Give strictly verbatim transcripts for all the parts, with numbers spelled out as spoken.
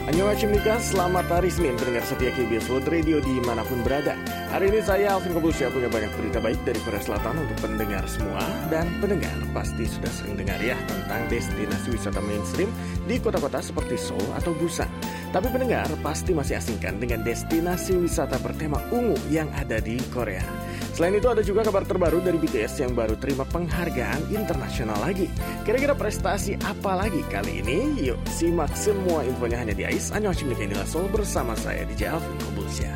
Annyeonghaseyo, selamat hari Senin, pendengar setia K B S World Radio dimanapun berada. Hari ini saya Alvin Kobulsyah punya banyak berita baik dari Korea Selatan untuk pendengar semua. Dan pendengar pasti sudah sering dengar ya tentang destinasi wisata mainstream di kota-kota seperti Seoul atau Busan. Tapi pendengar pasti masih asingkan dengan destinasi wisata bertema ungu yang ada di Korea. Selain itu ada juga kabar terbaru dari B T S yang baru terima penghargaan internasional lagi. Kira-kira prestasi apa lagi kali ini? Yuk simak semua infonya hanya di Ais. Annyeonghaseyo Inilah Seoul bersama saya D J Alvin Kobulsyah.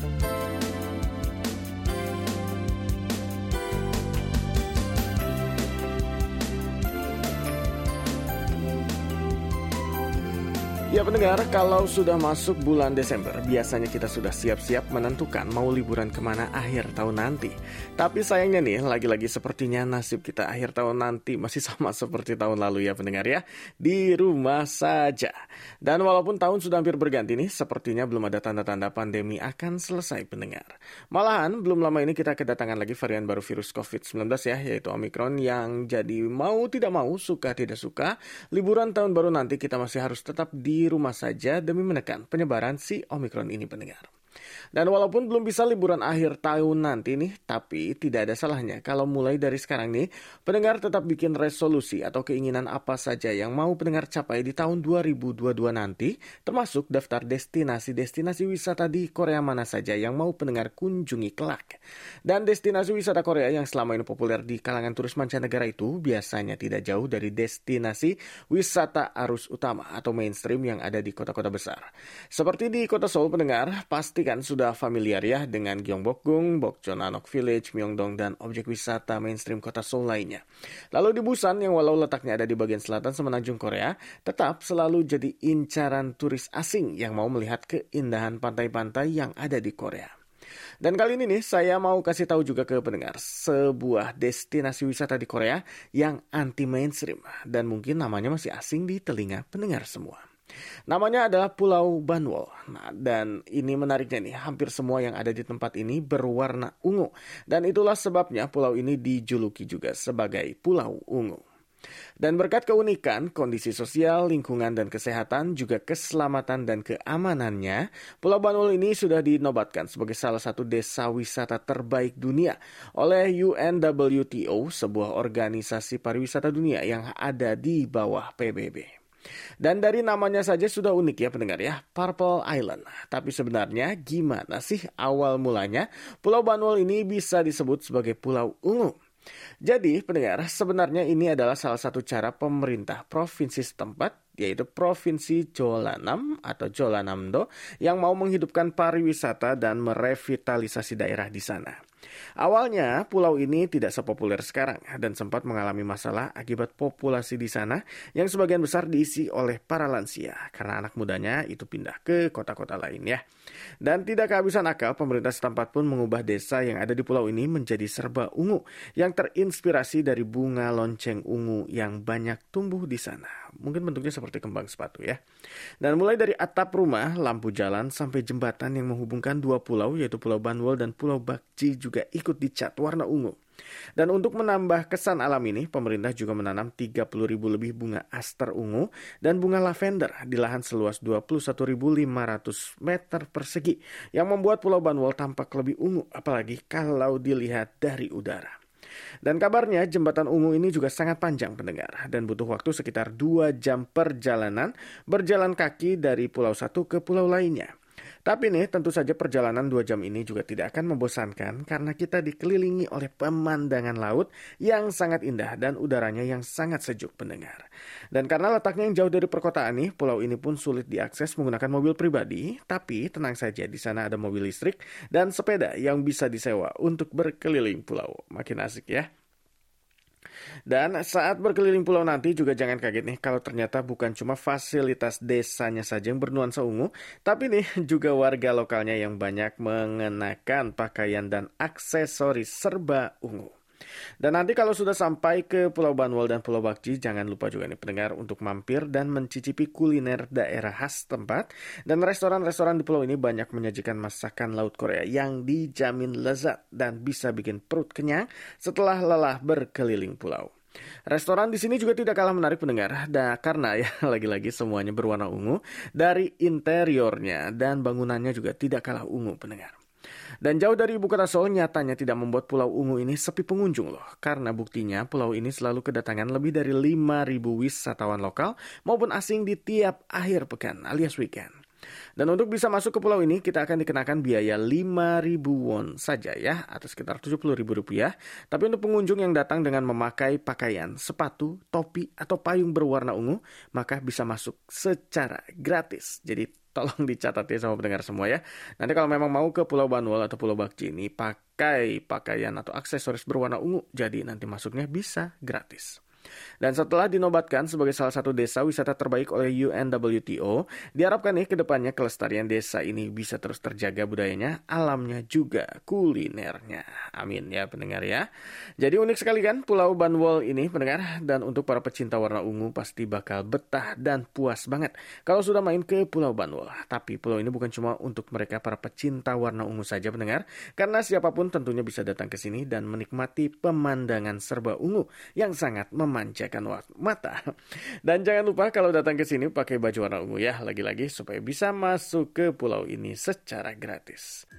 Ya pendengar, kalau sudah masuk bulan Desember, biasanya kita sudah siap-siap menentukan mau liburan kemana akhir tahun nanti. Tapi sayangnya nih, lagi-lagi sepertinya nasib kita akhir tahun nanti masih sama seperti tahun lalu ya pendengar ya. Di rumah saja. Dan walaupun tahun sudah hampir berganti nih, sepertinya belum ada tanda-tanda pandemi akan selesai pendengar. Malahan, belum lama ini kita kedatangan lagi varian baru virus covid sembilan belas ya, yaitu Omicron yang jadi mau tidak mau, suka tidak suka, liburan tahun baru nanti kita masih harus tetap di di rumah saja demi menekan penyebaran si Omicron ini pendengar. Dan walaupun belum bisa liburan akhir tahun nanti nih, tapi tidak ada salahnya kalau mulai dari sekarang nih, pendengar tetap bikin resolusi atau keinginan apa saja yang mau pendengar capai di tahun dua ribu dua puluh dua nanti, termasuk daftar destinasi-destinasi wisata di Korea mana saja yang mau pendengar kunjungi kelak. Dan destinasi wisata Korea yang selama ini populer di kalangan turis mancanegara itu biasanya tidak jauh dari destinasi wisata arus utama atau mainstream yang ada di kota-kota besar. Seperti di kota Seoul pendengar, pasti kan sudah familiar ya dengan Gyeongbokgung, Bokcheon Anok Village, Myeongdong, dan objek wisata mainstream kota Seoul lainnya. Lalu di Busan yang walau letaknya ada di bagian selatan semenanjung Korea, tetap selalu jadi incaran turis asing yang mau melihat keindahan pantai-pantai yang ada di Korea. Dan kali ini nih saya mau kasih tahu juga ke pendengar sebuah destinasi wisata di Korea yang anti mainstream dan mungkin namanya masih asing di telinga pendengar semua. Namanya adalah Pulau Banwol. Nah, dan ini menariknya nih, hampir semua yang ada di tempat ini berwarna ungu. Dan itulah sebabnya pulau ini dijuluki juga sebagai Pulau Ungu. Dan berkat keunikan, kondisi sosial, lingkungan, dan kesehatan, juga keselamatan dan keamanannya, Pulau Banwol ini sudah dinobatkan sebagai salah satu desa wisata terbaik dunia oleh U N W T O, sebuah organisasi pariwisata dunia yang ada di bawah P B B. Dan dari namanya saja sudah unik ya pendengar ya, Purple Island. Tapi sebenarnya gimana sih awal mulanya Pulau Banwol ini bisa disebut sebagai Pulau Ungu? Jadi pendengar, sebenarnya ini adalah salah satu cara pemerintah provinsi setempat, yaitu Provinsi Jeollanam atau Jeollanam-do, yang mau menghidupkan pariwisata dan merevitalisasi daerah di sana. Awalnya pulau ini tidak sepopuler sekarang dan sempat mengalami masalah akibat populasi di sana yang sebagian besar diisi oleh para lansia karena anak mudanya itu pindah ke kota-kota lain ya. Dan tidak kehabisan akal, pemerintah setempat pun mengubah desa yang ada di pulau ini menjadi serba ungu yang terinspirasi dari bunga lonceng ungu yang banyak tumbuh di sana. Mungkin bentuknya seperti kembang sepatu ya. Dan mulai dari atap rumah, lampu jalan, sampai jembatan yang menghubungkan dua pulau yaitu Pulau Banwol dan Pulau Bakji juga ikut dicat warna ungu. Dan untuk menambah kesan alam ini, pemerintah juga menanam tiga puluh ribu lebih bunga aster ungu dan bunga lavender di lahan seluas dua puluh satu ribu lima ratus meter persegi yang membuat Pulau Banwol tampak lebih ungu, apalagi kalau dilihat dari udara. Dan kabarnya jembatan ungu ini juga sangat panjang pendengar dan butuh waktu sekitar dua jam perjalanan berjalan kaki dari pulau satu ke pulau lainnya. Tapi nih tentu saja perjalanan dua jam ini juga tidak akan membosankan karena kita dikelilingi oleh pemandangan laut yang sangat indah dan udaranya yang sangat sejuk pendengar. Dan karena letaknya yang jauh dari perkotaan nih, pulau ini pun sulit diakses menggunakan mobil pribadi, tapi tenang saja di sana ada mobil listrik dan sepeda yang bisa disewa untuk berkeliling pulau. Makin asik ya. Dan saat berkeliling pulau nanti juga jangan kaget nih kalau ternyata bukan cuma fasilitas desanya saja yang bernuansa ungu, tapi nih juga warga lokalnya yang banyak mengenakan pakaian dan aksesoris serba ungu. Dan nanti kalau sudah sampai ke Pulau Banwol dan Pulau Bakji, jangan lupa juga nih pendengar untuk mampir dan mencicipi kuliner daerah khas tempat. Dan restoran-restoran di pulau ini banyak menyajikan masakan laut Korea yang dijamin lezat dan bisa bikin perut kenyang setelah lelah berkeliling pulau. Restoran di sini juga tidak kalah menarik pendengar, nah, karena ya lagi-lagi semuanya berwarna ungu dari interiornya dan bangunannya juga tidak kalah ungu pendengar. Dan jauh dari ibu kota Seoul nyatanya tidak membuat Pulau Ungu ini sepi pengunjung loh. Karena buktinya pulau ini selalu kedatangan lebih dari lima ribu wisatawan lokal maupun asing di tiap akhir pekan alias weekend. Dan untuk bisa masuk ke pulau ini kita akan dikenakan biaya lima ribu won saja ya, atau sekitar tujuh puluh ribu rupiah. Tapi untuk pengunjung yang datang dengan memakai pakaian, sepatu, topi, atau payung berwarna ungu, maka bisa masuk secara gratis. Jadi tolong dicatat ya sama pendengar semua ya. Nanti kalau memang mau ke Pulau Banwol atau Pulau Bakci ini pakai pakaian atau aksesoris berwarna ungu, jadi nanti masuknya bisa gratis. Dan setelah dinobatkan sebagai salah satu desa wisata terbaik oleh U N W T O, diharapkan nih ke depannya kelestarian desa ini bisa terus terjaga budayanya, alamnya juga kulinernya. Amin ya pendengar ya. Jadi unik sekali kan Pulau Banwol ini pendengar, dan untuk para pecinta warna ungu pasti bakal betah dan puas banget kalau sudah main ke Pulau Banwol. Tapi pulau ini bukan cuma untuk mereka para pecinta warna ungu saja pendengar, karena siapapun tentunya bisa datang ke sini dan menikmati pemandangan serba ungu yang sangat memanjakan mata. Dan jangan lupa kalau datang ke sini pakai baju warna ungu ya, lagi-lagi supaya bisa masuk ke pulau ini secara gratis.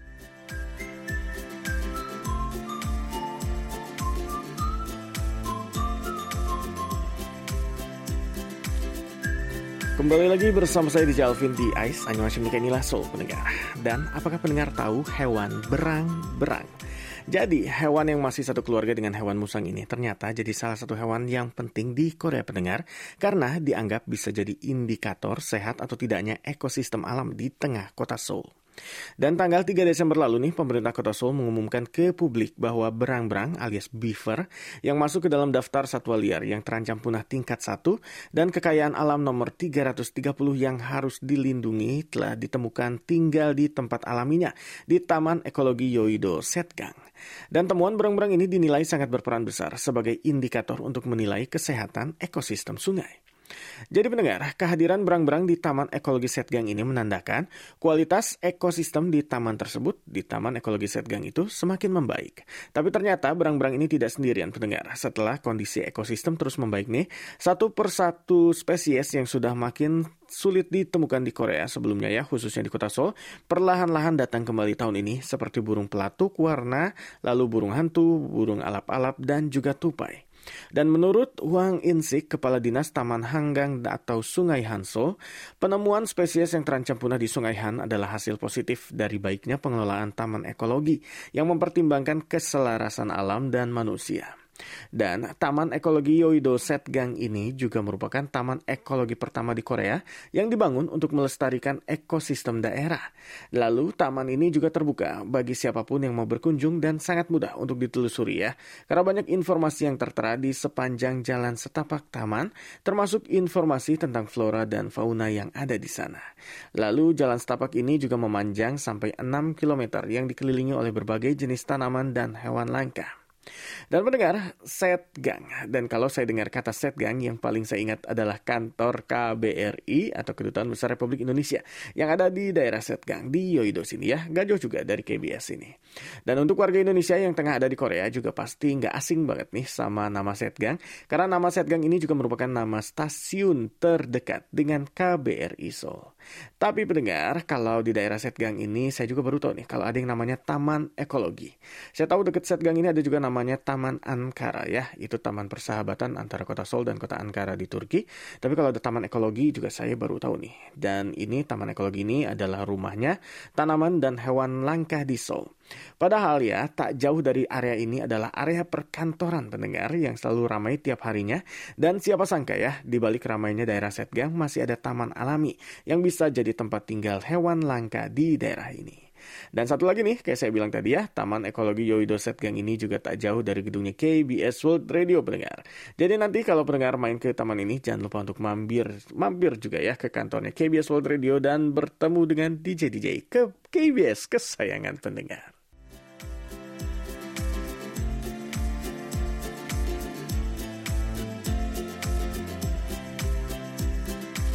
Kembali lagi bersama saya di Jalvin di Ice, Anyuasim Inilah Soul pendengar. Dan apakah pendengar tahu hewan berang-berang? Jadi, hewan yang masih satu keluarga dengan hewan musang ini ternyata jadi salah satu hewan yang penting di Korea pendengar karena dianggap bisa jadi indikator sehat atau tidaknya ekosistem alam di tengah kota Seoul. Dan tanggal tiga Desember lalu nih, pemerintah kota Seoul mengumumkan ke publik bahwa berang-berang alias beaver yang masuk ke dalam daftar satwa liar yang terancam punah tingkat satu dan kekayaan alam nomor tiga ratus tiga puluh yang harus dilindungi telah ditemukan tinggal di tempat alaminya di Taman Ekologi Yeouido Setgang. Dan temuan berang-berang ini dinilai sangat berperan besar sebagai indikator untuk menilai kesehatan ekosistem sungai. Jadi pendengar, kehadiran berang-berang di Taman Ekologi Setgang ini menandakan kualitas ekosistem di taman tersebut, di Taman Ekologi Setgang itu semakin membaik. Tapi ternyata berang-berang ini tidak sendirian pendengar. Setelah kondisi ekosistem terus membaik nih, satu persatu spesies yang sudah makin sulit ditemukan di Korea sebelumnya ya, khususnya di kota Seoul, perlahan-lahan datang kembali tahun ini seperti burung pelatuk warna, lalu burung hantu, burung alap-alap, dan juga tupai. Dan menurut Hwang In-sik, Kepala Dinas Taman Hanggang atau Sungai Han Seoul, penemuan spesies yang terancam punah di Sungai Han adalah hasil positif dari baiknya pengelolaan taman ekologi yang mempertimbangkan keselarasan alam dan manusia. Dan Taman Ekologi Yeouido Setgang ini juga merupakan taman ekologi pertama di Korea yang dibangun untuk melestarikan ekosistem daerah. Lalu taman ini juga terbuka bagi siapapun yang mau berkunjung dan sangat mudah untuk ditelusuri ya. Karena banyak informasi yang tertera di sepanjang jalan setapak taman, termasuk informasi tentang flora dan fauna yang ada di sana. Lalu jalan setapak ini juga memanjang sampai enam kilometer yang dikelilingi oleh berbagai jenis tanaman dan hewan langka. Dan mendengar Setgang, dan kalau saya dengar kata Setgang yang paling saya ingat adalah kantor K B R I atau Kedutaan Besar Republik Indonesia yang ada di daerah Setgang di Yeouido sini ya, gak jauh juga dari K B S ini. Dan untuk warga Indonesia yang tengah ada di Korea juga pasti gak asing banget nih sama nama Setgang, karena nama Setgang ini juga merupakan nama stasiun terdekat dengan K B R I Seoul. Tapi pendengar, kalau di daerah Setgang ini saya juga baru tahu nih kalau ada yang namanya Taman Ekologi. Saya tahu dekat Setgang ini ada juga namanya Taman Ankara ya, itu taman persahabatan antara kota Seoul dan kota Ankara di Turki. Tapi kalau ada Taman Ekologi juga saya baru tahu nih. Dan ini Taman Ekologi ini adalah rumahnya tanaman dan hewan langka di Seoul. Padahal ya, tak jauh dari area ini adalah area perkantoran pendengar yang selalu ramai tiap harinya. Dan siapa sangka ya, di balik ramainya daerah Setgang masih ada taman alami yang bisa jadi tempat tinggal hewan langka di daerah ini. Dan satu lagi nih, kayak saya bilang tadi ya, Taman Ekologi Yeouido Setgang ini juga tak jauh dari gedungnya K B S World Radio pendengar. Jadi nanti kalau pendengar main ke taman ini, jangan lupa untuk mampir, mampir juga ya ke kantornya K B S World Radio dan bertemu dengan D J D J ke K B S kesayangan pendengar.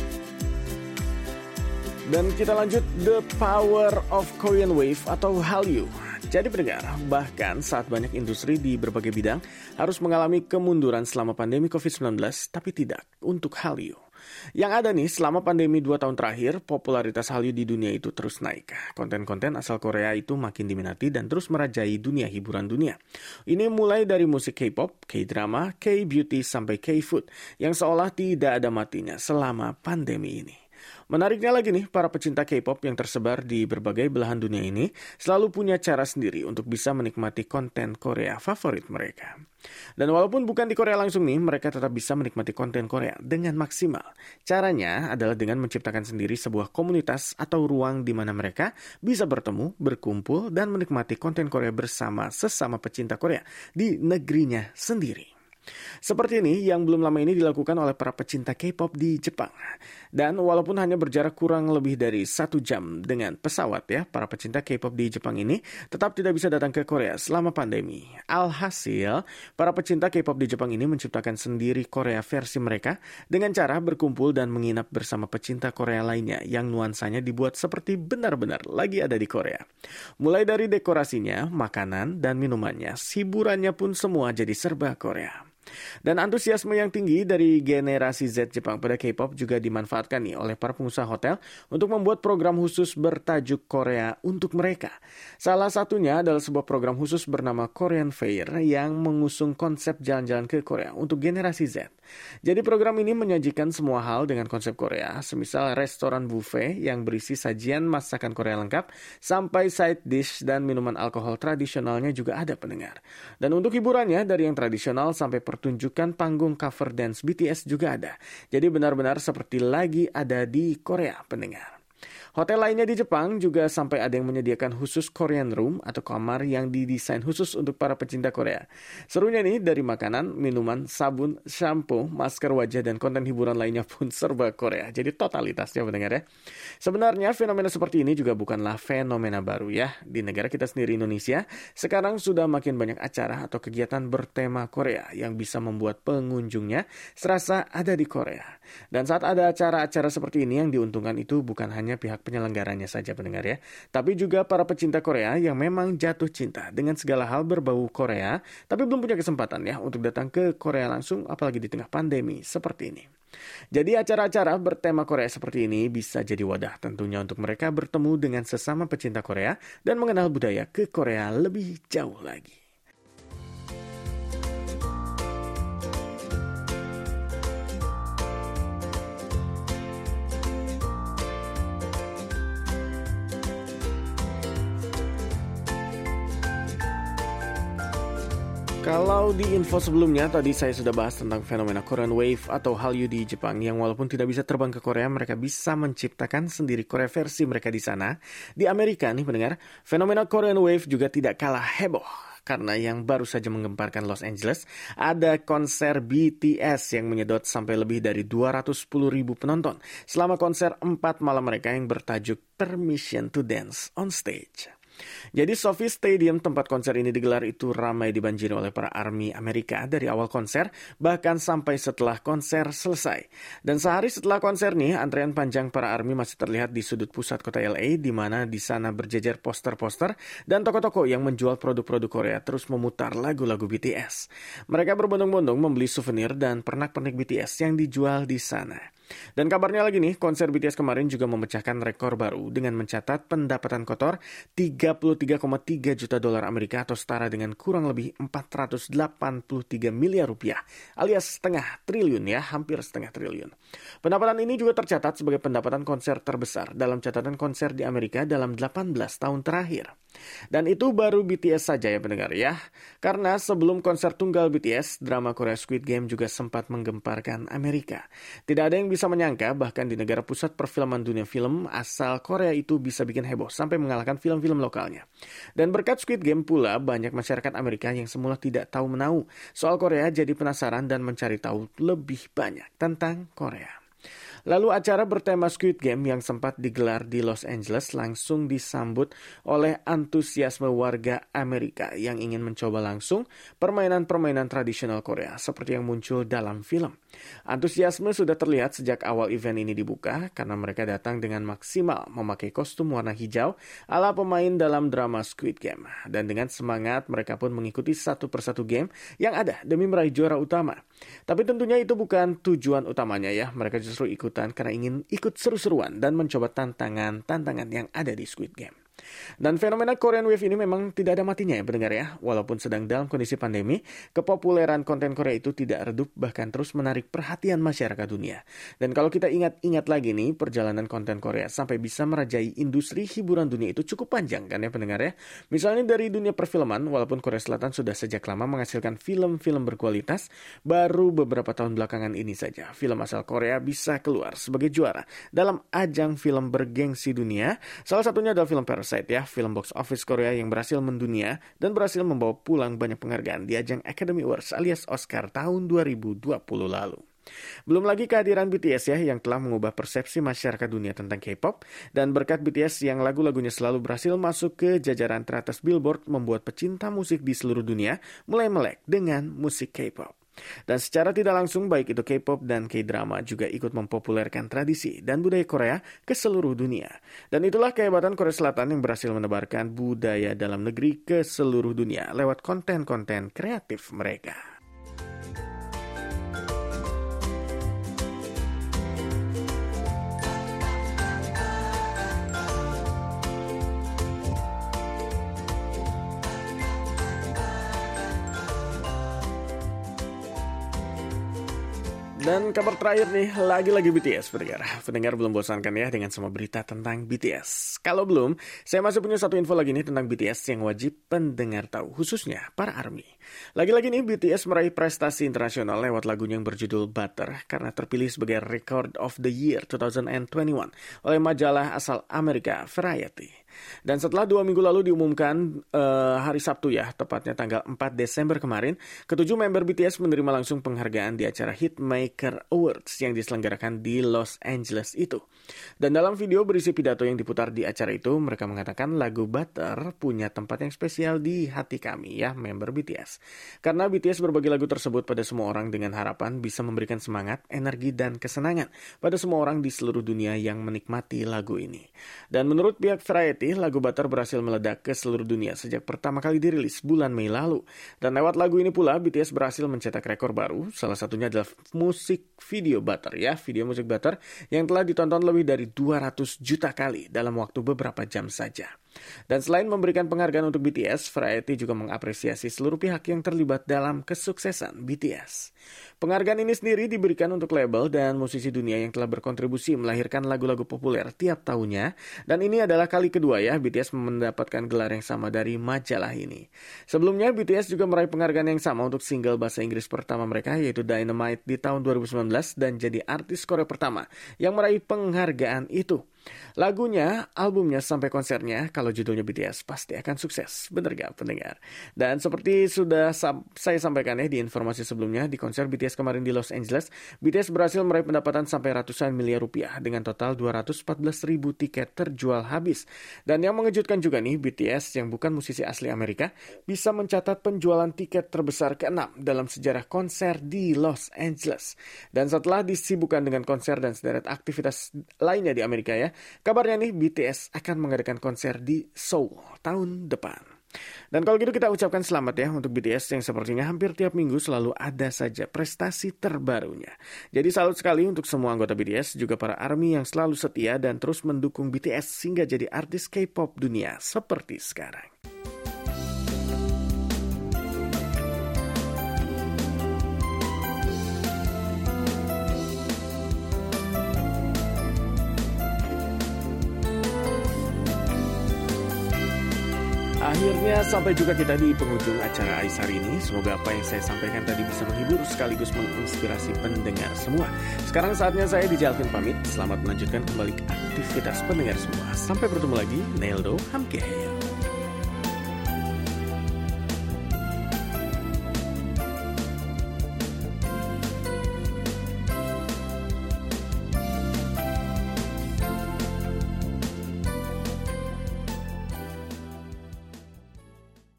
Dan kita lanjut The Power of Korean Wave atau Hallyu. Jadi pendengar, bahkan saat banyak industri di berbagai bidang harus mengalami kemunduran selama pandemi covid sembilan belas, tapi tidak untuk Hallyu. Yang ada nih, selama pandemi dua tahun terakhir, popularitas Hallyu di dunia itu terus naik. Konten-konten asal Korea itu makin diminati dan terus merajai dunia hiburan dunia. Ini mulai dari musik K-pop, K-drama, K-beauty, sampai K-food, yang seolah tidak ada matinya selama pandemi ini. Menariknya lagi nih, para pecinta K-pop yang tersebar di berbagai belahan dunia ini selalu punya cara sendiri untuk bisa menikmati konten Korea favorit mereka. Dan walaupun bukan di Korea langsung nih, mereka tetap bisa menikmati konten Korea dengan maksimal. Caranya adalah dengan menciptakan sendiri sebuah komunitas atau ruang di mana mereka bisa bertemu, berkumpul, dan menikmati konten Korea bersama sesama pecinta Korea di negerinya sendiri. Seperti ini yang belum lama ini dilakukan oleh para pecinta K-pop di Jepang. Dan walaupun hanya berjarak kurang lebih dari satu jam dengan pesawat ya, para pecinta K-pop di Jepang ini tetap tidak bisa datang ke Korea selama pandemi. Alhasil, para pecinta K-pop di Jepang ini menciptakan sendiri Korea versi mereka dengan cara berkumpul dan menginap bersama pecinta Korea lainnya yang nuansanya dibuat seperti benar-benar lagi ada di Korea. Mulai dari dekorasinya, makanan, dan minumannya, hiburannya pun semua jadi serba Korea. Dan antusiasme yang tinggi dari generasi Z Jepang pada K-pop juga dimanfaatkan nih oleh para pengusaha hotel untuk membuat program khusus bertajuk Korea untuk mereka. Salah satunya adalah sebuah program khusus bernama Korean Fair yang mengusung konsep jalan-jalan ke Korea untuk generasi Z. Jadi program ini menyajikan semua hal dengan konsep Korea, semisal restoran buffet yang berisi sajian masakan Korea lengkap, sampai side dish dan minuman alkohol tradisionalnya juga ada pendengar. Dan untuk hiburannya dari yang tradisional sampai pertunjukan panggung cover dance B T S juga ada. Jadi benar-benar seperti lagi ada di Korea pendengar. Hotel lainnya di Jepang juga sampai ada yang menyediakan khusus Korean room atau kamar yang didesain khusus untuk para pecinta Korea. Serunya nih, dari makanan, minuman, sabun, shampoo, masker wajah, dan konten hiburan lainnya pun serba Korea. Jadi totalitasnya pendengar ya. Sebenarnya fenomena seperti ini juga bukanlah fenomena baru ya. Di negara kita sendiri Indonesia, sekarang sudah makin banyak acara atau kegiatan bertema Korea yang bisa membuat pengunjungnya serasa ada di Korea. Dan saat ada acara-acara seperti ini, yang diuntungkan itu bukan hanya pihak penyelenggaranya saja pendengar ya, tapi juga para pecinta Korea yang memang jatuh cinta dengan segala hal berbau Korea, tapi belum punya kesempatan ya untuk datang ke Korea langsung, apalagi di tengah pandemi seperti ini. Jadi acara-acara bertema Korea seperti ini bisa jadi wadah tentunya untuk mereka bertemu dengan sesama pecinta Korea dan mengenal budaya ke Korea lebih jauh lagi. Kalau di info sebelumnya tadi saya sudah bahas tentang fenomena Korean Wave atau Hallyu di Jepang yang walaupun tidak bisa terbang ke Korea, mereka bisa menciptakan sendiri Korea versi mereka di sana. Di Amerika nih pendengar, fenomena Korean Wave juga tidak kalah heboh. Karena yang baru saja menggemparkan Los Angeles, ada konser B T S yang menyedot sampai lebih dari dua ratus sepuluh ribu penonton selama konser empat malam mereka yang bertajuk Permission to Dance on Stage. Jadi Sophie Stadium, tempat konser ini digelar, itu ramai dibanjiri oleh para ARMY Amerika dari awal konser bahkan sampai setelah konser selesai. Dan sehari setelah konser nih, antrean panjang para ARMY masih terlihat di sudut pusat kota L A, di mana di sana berjejer poster-poster dan toko-toko yang menjual produk-produk Korea terus memutar lagu-lagu B T S. Mereka berbondong-bondong membeli souvenir dan pernak-pernik B T S yang dijual di sana. Dan kabarnya lagi nih, konser B T S kemarin juga memecahkan rekor baru dengan mencatat pendapatan kotor tiga puluh tiga koma tiga juta dolar Amerika atau setara dengan kurang lebih empat ratus delapan puluh tiga miliar rupiah alias setengah triliun ya, hampir setengah triliun. Pendapatan ini juga tercatat sebagai pendapatan konser terbesar dalam catatan konser di Amerika dalam delapan belas tahun terakhir. Dan itu baru B T S saja ya pendengar ya. Karena sebelum konser tunggal B T S, drama Korea Squid Game juga sempat menggemparkan Amerika. Tidak ada yang bisa menyangka bahkan di negara pusat perfilman dunia film asal Korea itu bisa bikin heboh sampai mengalahkan film-film lokalnya. Dan berkat Squid Game pula banyak masyarakat Amerika yang semula tidak tahu menau soal Korea jadi penasaran dan mencari tahu lebih banyak tentang Korea. Lalu acara bertema Squid Game yang sempat digelar di Los Angeles langsung disambut oleh antusiasme warga Amerika yang ingin mencoba langsung permainan-permainan tradisional Korea seperti yang muncul dalam film. Antusiasme sudah terlihat sejak awal event ini dibuka karena mereka datang dengan maksimal memakai kostum warna hijau ala pemain dalam drama Squid Game. Dan dengan semangat mereka pun mengikuti satu persatu game yang ada demi meraih juara utama. Tapi tentunya itu bukan tujuan utamanya ya. Mereka justru ikutan karena ingin ikut seru-seruan dan mencoba tantangan-tantangan yang ada di Squid Game. Dan fenomena Korean Wave ini memang tidak ada matinya ya pendengar ya. Walaupun sedang dalam kondisi pandemi, kepopuleran konten Korea itu tidak redup bahkan terus menarik perhatian masyarakat dunia. Dan kalau kita ingat-ingat lagi nih, perjalanan konten Korea sampai bisa merajai industri hiburan dunia itu cukup panjang kan ya pendengar ya. Misalnya dari dunia perfilman, walaupun Korea Selatan sudah sejak lama menghasilkan film-film berkualitas, baru beberapa tahun belakangan ini saja film asal Korea bisa keluar sebagai juara dalam ajang film bergengsi dunia. Salah satunya adalah film Parasite ya, film box office Korea yang berhasil mendunia dan berhasil membawa pulang banyak penghargaan di ajang Academy Awards alias Oscar tahun dua ribu dua puluh lalu. Belum lagi kehadiran B T S ya yang telah mengubah persepsi masyarakat dunia tentang K-pop, dan berkat B T S yang lagu-lagunya selalu berhasil masuk ke jajaran teratas Billboard membuat pecinta musik di seluruh dunia mulai melek dengan musik K-pop. Dan secara tidak langsung baik itu K-pop dan K-drama juga ikut mempopulerkan tradisi dan budaya Korea ke seluruh dunia. Dan itulah kehebatan Korea Selatan yang berhasil menebarkan budaya dalam negeri ke seluruh dunia lewat konten-konten kreatif mereka. Dan kabar terakhir nih, lagi-lagi B T S pendengar. Pendengar belum bosankan ya dengan semua berita tentang B T S. Kalau belum, saya masih punya satu info lagi nih tentang B T S yang wajib pendengar tahu, khususnya para ARMY. Lagi-lagi nih, B T S meraih prestasi internasional lewat lagunya yang berjudul Butter karena terpilih sebagai Record of the Year dua ribu dua puluh satu oleh majalah asal Amerika Variety. Dan setelah dua minggu lalu diumumkan uh, hari Sabtu ya, tepatnya tanggal empat Desember kemarin, ketujuh member B T S menerima langsung penghargaan di acara Hitmaker Awards yang diselenggarakan di Los Angeles itu. Dan dalam video berisi pidato yang diputar di acara itu, mereka mengatakan lagu Butter punya tempat yang spesial di hati kami ya, member B T S. Karena B T S berbagi lagu tersebut pada semua orang dengan harapan bisa memberikan semangat, energi, dan kesenangan pada semua orang di seluruh dunia yang menikmati lagu ini. Dan menurut pihak Variety, lagu Butter berhasil meledak ke seluruh dunia sejak pertama kali dirilis bulan Mei lalu. Dan lewat lagu ini pula, B T S berhasil mencetak rekor baru. Salah satunya adalah musik video Butter ya, video musik Butter yang telah ditonton lebih dari dua ratus juta kali dalam waktu beberapa jam saja. Dan selain memberikan penghargaan untuk B T S, Variety juga mengapresiasi seluruh pihak yang terlibat dalam kesuksesan B T S. Penghargaan ini sendiri diberikan untuk label dan musisi dunia yang telah berkontribusi melahirkan lagu-lagu populer tiap tahunnya. Dan ini adalah kali kedua ya B T S mendapatkan gelar yang sama dari majalah ini. Sebelumnya B T S juga meraih penghargaan yang sama untuk single bahasa Inggris pertama mereka, yaitu Dynamite di tahun dua ribu sembilan belas, dan jadi artis Korea pertama yang meraih penghargaan itu. Lagunya, albumnya, sampai konsernya, kalau judulnya B T S pasti akan sukses. Bener gak pendengar? Dan seperti sudah sam- saya sampaikan ya di informasi sebelumnya, di konser B T S kemarin di Los Angeles, B T S berhasil meraih pendapatan sampai ratusan miliar rupiah dengan total dua ratus empat belas ribu tiket terjual habis. Dan yang mengejutkan juga nih, B T S yang bukan musisi asli Amerika bisa mencatat penjualan tiket terbesar keenam dalam sejarah konser di Los Angeles. Dan setelah disibukkan dengan konser dan sederet aktivitas lainnya di Amerika ya, kabarnya nih B T S akan mengadakan konser di Seoul tahun depan. Dan kalau gitu kita ucapkan selamat ya untuk B T S yang sepertinya hampir tiap minggu selalu ada saja prestasi terbarunya. Jadi salut sekali untuk semua anggota B T S, juga para ARMY yang selalu setia dan terus mendukung B T S hingga jadi artis K-pop dunia seperti sekarang. Akhirnya sampai juga kita di penghujung acara Ais hari ini. Semoga apa yang saya sampaikan tadi bisa menghibur sekaligus menginspirasi pendengar semua. Sekarang saatnya saya di Jalvin pamit. Selamat melanjutkan kembali aktivitas pendengar semua. Sampai bertemu lagi. Neldo Hamkeheyo.